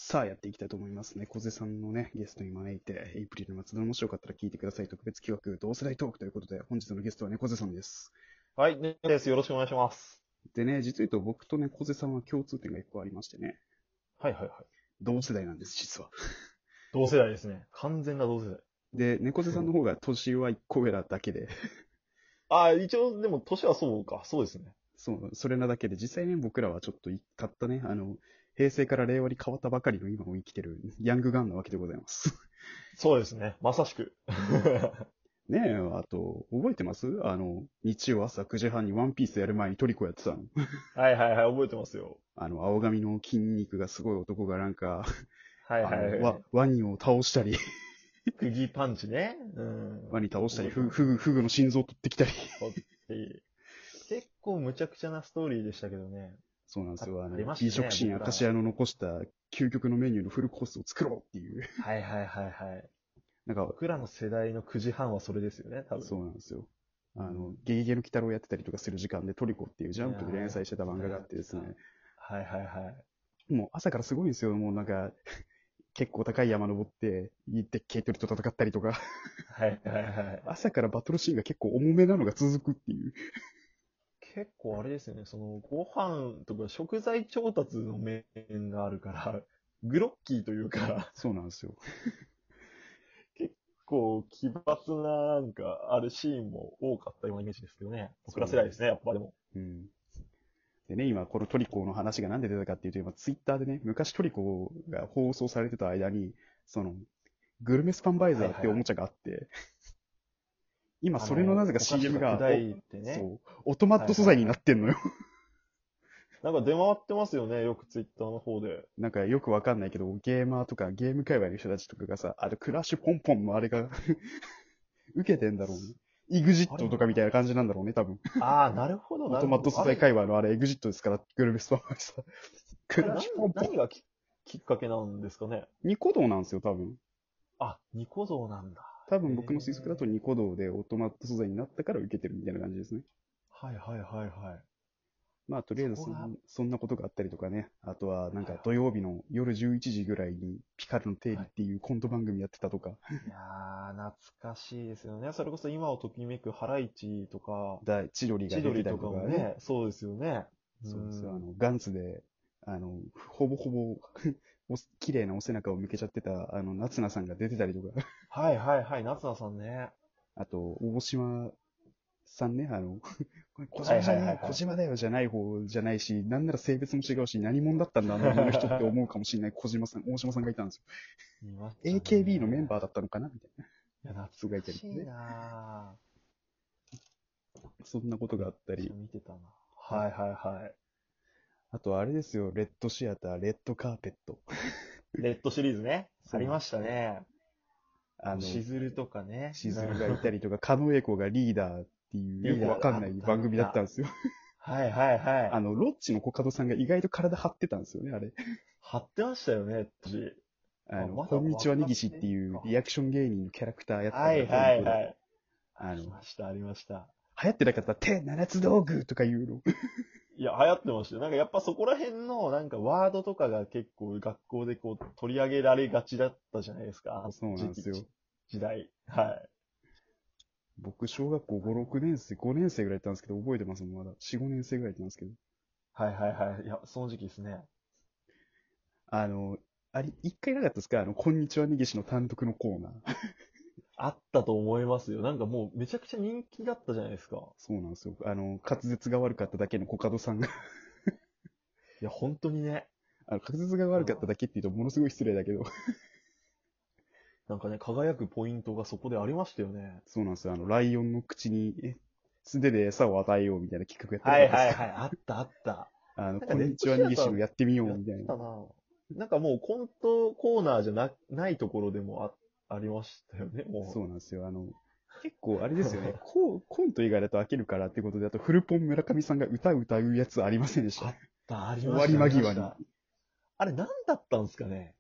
さあやっていきたいと思いますね。小瀬さんのね、ゲストに招いて、エイプリルの末でもしよかったら聞いてください。特別企画、同世代トークということで、本日のゲストはね、小瀬さんです。 はい、ねです。よろしくお願いします。 でね、実を言うと僕とね、小瀬さんは共通点が一個ありましてね、 はいはいはい。 同世代なんです、実は。 同世代ですね。完全な同世代。 で、猫背さんの方が年は一個上なだけで、 ああ、一応、でも、年はそうか。そうですね。 そう、それなだけで、実際ね、僕らはちょっとたったね、平成から令和に変わったばかりの今を生きてるヤングガンなわけでございます。 そうですね。まさしく。 ねえ、あと、覚えてます日曜朝9時半にワンピースやる前にトリコやってたの。 はいはいはい、覚えてますよ。 青髪の筋肉がすごい男がなんか、 はいはいはい。 ワニを倒したり、 釘パンチね。うん。 ワニ倒したり、 覚えてます。 フグの心臓を取ってきたり。 ほって結構無茶苦茶なストーリーでしたけどね。 そうなんですよ。 ありましたね、 美食神僕ら。 明石家の残した究極のメニューのフルコースを作ろうっていう。 はいはいはいはい。 なんか、 僕らの世代の9時半はそれですよね、多分。 そうなんですよ。 うん。 ゲゲゲの鬼太郎やってたりとかする時間でトリコっていうジャンプでいやー、やっ連載してた漫画があってたやってですね、 てた。はいはいはい。 もう朝からすごいんですよ。もうなんか、結構高い山登って、でっけえ鳥と戦ったりとか、 はいはいはい。 朝からバトルシーンが結構重めなのが続くっていう。 結構あれですよね、そのご飯とか食材調達の面があるから、グロッキーというか、 そうなんですよ。 結構奇抜ななんかあるシーンも多かったようなイメージですけどね。僕そうなんです。 ら世代ですね、やっぱでも。 うん。でね、今このトリコの話がなんで出たかっていうと、今ツイッターでね、昔トリコが放送されてた間に、その、グルメスパンバイザーっておもはいはいはい。 ちゃがあって、今それのなぜかお菓子と CM かが、 砕いてね。 そう、オートマッはト素材にないはいはい。 ってんのよ。 なんか出回ってますよね、よくツイッターの方で。 なんかよくわかんないけど、ゲーマーとかゲーム界隈の人たちとかがさ、クラッシュポンポンのあれが受けてんだろうね。イグジッあれな、 トとかみたいな感じなんだろうね、多分。 ああ、なるほどオートマットなるほど。あれ、 素材界隈のあれ、エグジットですから、グルメスパンバイザー。クあれラッシュポンポン。 何がきっかけなんですかね。 ニコ動なんですよ、多分。 あ、ニコ動なんだ。 多分僕の推測だとへえ。 ニコ動でオートマット素材になったから受けてるみたいな感じですね。 はいはいはいはい。 まあ、とりあえずそこが、はいそんなことがあったりとかね。あとは、なんか土は曜日の夜11時ぐらいにピカルの定い。はい。 理っていうコント番組やってたとか、 いやー、懐かしいですよね。それこそ今をときめくハライチとか、 千鳥が出てたり千鳥ととかね。 かもね、そうですよね。うそうですよ。 ん。 ガンツで、ほぼほぼ綺麗なお背中を向けちゃってた、夏菜さんが出てたりとか、 はいはいはい、夏菜さんね。 あと、大島さんね、これ小はい島じゃねえよ、 はいはいはい。 小島だよじゃない方じゃないし、なんなら性別も違うし、何者だったんだ、あの女の人って思うかもしれない小島さん、大島さんがいたんですよ。 見ました AKB のメンね。 バーだったのかなみたいないや、懐人がいかしいたりとかね。 なそんなことー。めっがあったり。 ちゃ見てたな。 はい。 はいはいはい。 あと、あれですよ、レッドシアター、レッドカーペット。 レッドシリーズね。あそう。 りましたね。 あの、 しずるとかね。 しずるがいたりとか、狩野英孝がリーダーっていうよくわリーダーだ。 かんないあったあ番組だったった。 んですよ。 はいはいはい。 ロッチのコカドさんが意外と体張ってたんですよね、あれ。 貼ってましたよね、当時。あ、まだこんにちは、にぎ若手しっていうか。 リアクション芸人のキャラクターやってたから、 はいコントで。 はいはい。ああの、 りました、ありました。 流行ってなかったら、手七つ道具とか言うの。 いや、流行ってましたよ。なんかやっぱそこら辺のなんかワードとかが結構学校でこう取り上げられがちだったじゃないですか。あのそうなんですよ。 時代。はい。 僕、小学校5、6年生、5年生ぐらいだったんですけど、覚えてますもん、まだ。4、5年生ぐらいだったんですけど。 はいはいはい。いや、その時期ですね。 あの、一回なかったですかこんにちは、にぎしの単独のコーナー。 あったと思いますよ。なんかもうめちゃくちゃ人気だったじゃないですか。 そうなんですよ。滑舌が悪かっただけのコカドさんがいや、本当にね。 滑舌が悪かっただけって言うとものすごい失礼だけど、 なんかね、輝くポイントがそこでありましたよね。 そうなんですよ。ライオンの口に、素手で餌を与えようみたいな企画やってなはかったですか？ いはいはい。あったあった。なんかこんレッドにちはにぎシアターしのやってみようやっみたいな。 てたな。なんかもうコントコーナーじゃないところでもありましたよね、もそうなんですよ。結構あれですよね。コント以外だと飽きるからってことで、あとフルポン村上さんが歌うやつありませんでしう。 た？ あった、あり終わました、ありまり間際に。 した。あれ何だったんですかね。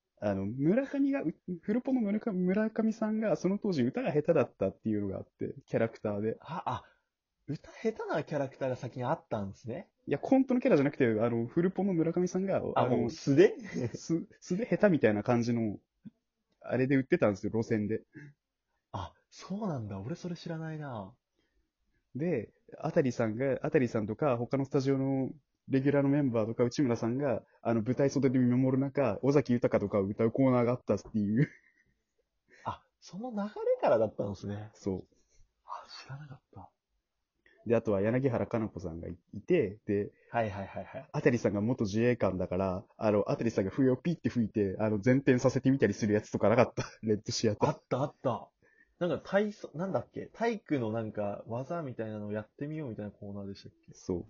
フルポンの村上さんがその当時歌が下手だったっていうのがあって、キャラクターで。 歌下手なキャラクターが先にあったんですね。 いや、コントのキャラじゃなくて、フルポンの村上さんが、 あ、もう素で素で下手みたいな感じの、あれで売ってたんですよ、路線で。 あ、そうなんだ。俺それ知らないな。 で、あたりさんとか、他のスタジオのレギュラーのメンバーとか、内村さんが、舞台袖で見守る中、尾崎豊とかを歌うコーナーがあったっていう。 あ、その流れからだったんですね。 そあ、知らなかった。 う。で、あとは柳原加奈子さんがいて、で、 はいはいはいはい。 あたりさんが元自衛官だから、あたりさんが笛をピッて吹いて、前転させてみたりするやつとかなかった。レッドシアター。 あったあった。なんか体操、なんだっけ体育のなんか技みたいなのをやってみようみたいなコーナーでしたっけ？ そう。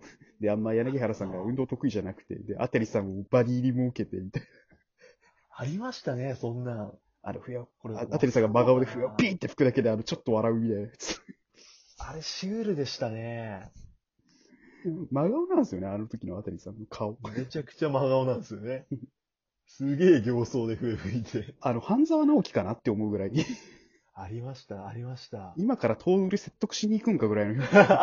で、あんま柳原さんが運動得意じゃなくて、で、あたりさんをバディ入りも受けて、みたいありましたね、そんなん。 な。笛を、 これ、 あたりさんが真顔で笛をピーーって吹くだけで、ちょっと笑うみたいなやつ。 あれシュールでしたね。 真顔なんですよね、あの時のあたりさんの顔。 めちゃくちゃ真顔なんですよね。すげえ形相で笛吹いて。 半沢直樹かなって思うぐらい。 ありました、ありました。 今からトール説得しに行くんかぐらいの。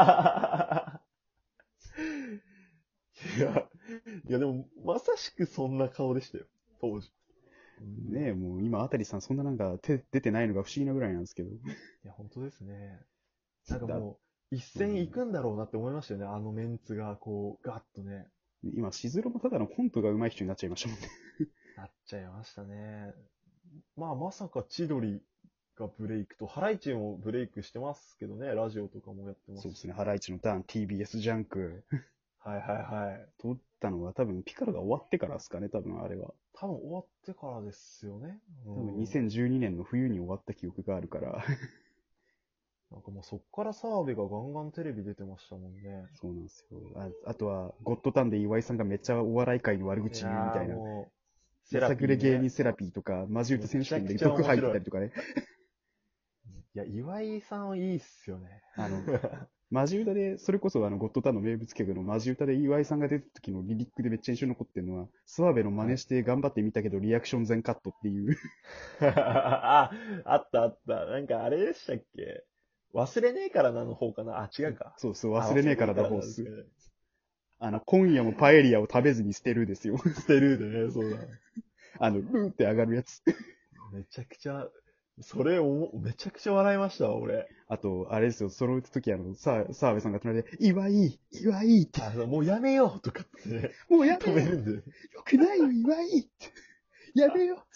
いや、いやでも、まさしくそんな顔でしたよ、当時。 ねえ、もう今あたりさんそんななんか手出てないのが不思議なぐらいなんですけど。 いや、本当ですね。なんかもう、一戦行くんだろうなって思いましたよね、あのメンツが、こう、ガッとね、 今、しずるもただのコントが上手い人になっちゃいましたもんね。 なっちゃいましたね。まあ、まさか千鳥がブレイクと、ハライチもブレイクしてますけどね、ラジオとかもやってますし。 そうですね、ハライチのターン、TBS ジャンク。 はいはいはい。 撮ったのは多分ピカロが終わってからですかね、多分あれは。 多分終わってからですよね。 多分うん。 2012年の冬に終わった記憶があるから。 なんかもうそっから澤部がガンガンテレビ出てましたもんね。 そうなんですよ。あとは、ゴッドタンで岩井さんがめっちゃお笑い界の悪い口言うみやたいな。 ーもう、セやさラピーね。 ぐれ芸人セラピーとか、マジ歌選手権でめちゃくちゃ毒吐いて面白い。 たりとかね。 いや、岩井さんいいっすよね。 マジ歌で、それこそゴッドタンの名物曲のマジ歌で岩井さんが出た時のリリックでめっちゃ印象に残ってるのは、諏訪部の真似して頑張ってみたけどリアクション全カットっていう。 あ、あったあった。なんかあれでしたっけ？忘れねえからなの方かな。あ、違うか。 そうそう、 あ、 忘れねえからだ忘れホース。 ねえからなんですかね。 今夜もパエリアを食べずに捨てるですよ。 捨てるでね、そうだ。 ルーって上がるやつ。 めちゃくちゃ、それを、めちゃくちゃ笑いましたわ、俺。 あと、あれですよ、その時澤部さんが隣で、岩井、岩井って、 あ、もうやめようとかってね、 もうや止めよめるんで。 よくないよ、岩井って、やめよ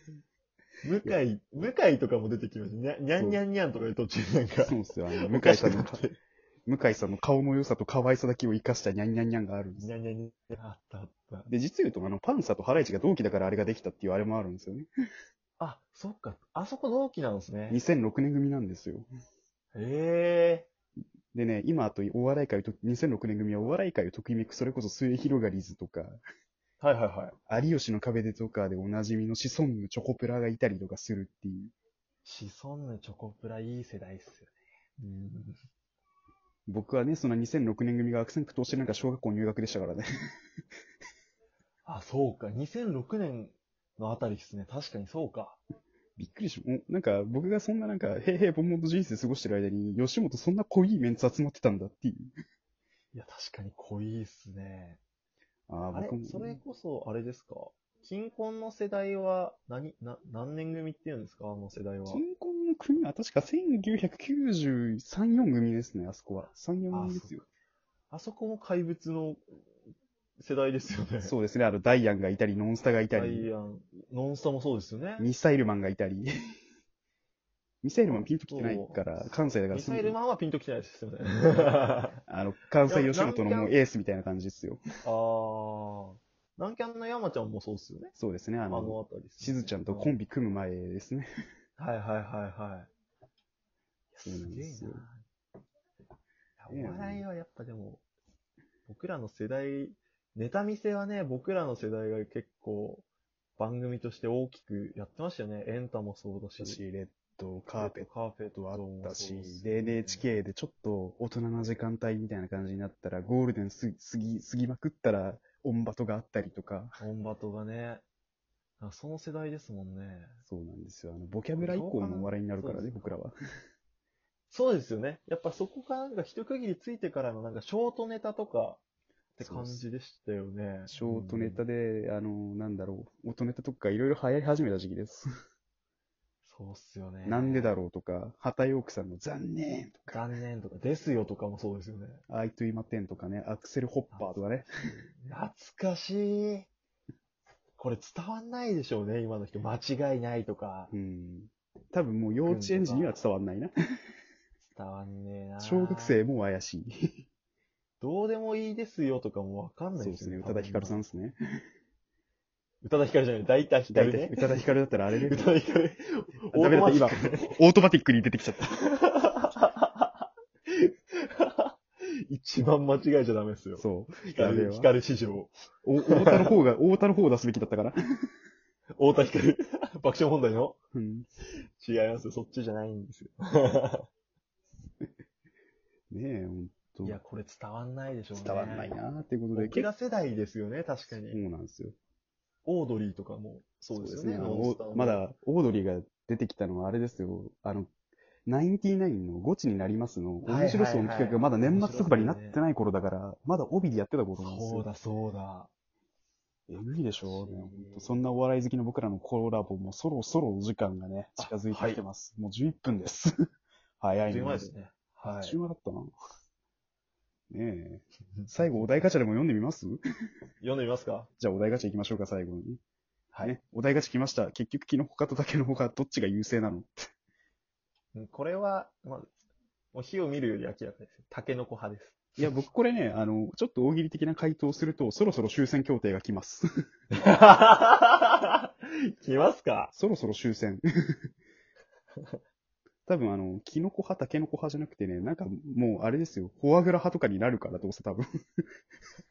向井とかも出てきました。にゃんにゃんにゃんとかで途中なんか、 そうですよ、 おかしくなって。 向井さんの顔の良さと可愛さだけを生かしたニャンニャンニャンがあるんです。 にゃんにゃんにゃん、あったあった。 で、実言うと、パンサとハライチが同期だからあれができたっていうあれもあるんですよね。 あ、そっか。あそこ同期なんですね。 2006年組なんですよ。 へえ。 でね、今あとお笑い界と、2006年組はお笑い界をときめく、それこそ末広がりずとか、 はいはいはい。 有吉の壁でとかでおなじみのシソンヌチョコプラがいたりとかするっていう。 シソンヌチョコプラいい世代っすよね。うん。 僕はね、その2006年組が悪戦苦闘してなんか小学校入学でしたからね。 あ、そうか。2006年のあたりっすね。確かにそうか。 びっくりし、なんか僕がそんななんか、へいへいぼんぼんと人生過ごしてる間に、吉本そんな濃いメンツ集まってたんだっていう。 いや、確かに濃いっすね。 ああ、 あれ僕も。 それこそ、あれですか？金婚の世代は何年組っていうんですか？あの世代は。 金婚の組は確か1993、4組ですね、あそこは。3、4 あ、 組ですよ。 あそこも怪物の世代ですよね。 そうですね、ダイアンがいたり、ノンスタがいたダり、 イアン、ノンスタもそうですよね。 ミサイルマンがいたり。ミサイルマンピンときてないあとから、関西だからミサイルマンはピンときてないです。すいません。 関西吉本のもうエースみたいな感じですよ。 ああ。南キャンの山ちゃんもそうっすよね。 そうですね、 あのあたりっすね。 しずちゃんとコンビ組む前ですね。 はいはいはいはい。 そうなんですよ。 いやお笑いはやっぱでも、僕らの世代、ネタ見せはね、僕らの世代が結構番組として大きくやってましたよね。エンタもそうだし。 レッドカーペッカーペットトあもったし、 そうですで、NHK でちょっと大人な時間帯みたいな感じになったら、ゴールデン過ぎまくったら、オンバトがあったりとか。 オンバトがね、その世代ですもんね。 そうなんですよ。ボキャブラ以降のお笑いになるからね、僕らは。 そうですよね。やっぱそこがなんか一区切りついてからのなんかショートネタとか、 って感じでしたよね。 ショートネタで。 で、なんだろう、音ネタとかいろいろ流行り始めた時期です。 そうっすよね。 なんでだろうとか、畑陽区さんの残念とか、 残念とか、ですよとかもそうですよね。 アイトゥイマテンとかね、アクセルホッパーとかね。 懐かしい。これ伝わんないでしょうね、今の人。間違いないとか。 うん。多分もう幼稚園児には伝わんないな。 伝わんねえな。 小学生も怪しい。 どうでもいいですよとかもわかんないでよね。 そうですすね、宇多田ヒカルさんですね。 宇多田ヒカルじゃない、大体ヒカルね。 宇多田ヒカルだったらあれで。 宇多田ヒカル。 ダメだった、今、オートマティックに出てきちゃった。 一番間違えちゃダメですよ。 そう。 ヒカル、ヒカル史上。 太田の方を出すべきだったから。 太田ヒカル。爆笑問題のうん。 違いますよ。そっちじゃないんですよ。 ねえ、ほんと。 いや、これ伝わんないでしょうね。 伝わんないなーっていうことで。 僕ら世代ですよね、確かそに。 うなんですよ。 オードリーとかもそうですよね。 そうですね。まだ、オードリーが出てきたのはあれですよ。ナインティナインのゴチになりますの、面白そうの企画がまだ年末特番になってない頃だから、まだ帯でやってた頃なんですよ。 そうだ、そうだ。 えぐいでしょうね。ほんとそんなお笑い好きの僕らのコラボもそろそろお時間がね、近づいてきてます。もう11分です。早い 10 ので。 万ですね。はい。 あっちゅう間だったな。ねえ。最後お題ガチャでも読んでみます読んでみますか？ じゃあお題ガチャ行きましょうか、最後に。 はい。 ね。お題ガチャ来ました。結局、キノコ科とタケノコ科、どっちが優勢なのこれは、まあ、もう火を見るより明らかですよ。タケノコ派です。 いや、僕これね、ちょっと大喜利的な回答をすると、そろそろ終戦協定が来ます。 来ますか？ そろそろ終戦。多分キノコ派、タケノコ派じゃなくてね、なんかもうあれですよ、フォアグラ派とかになるから、どうせ多分。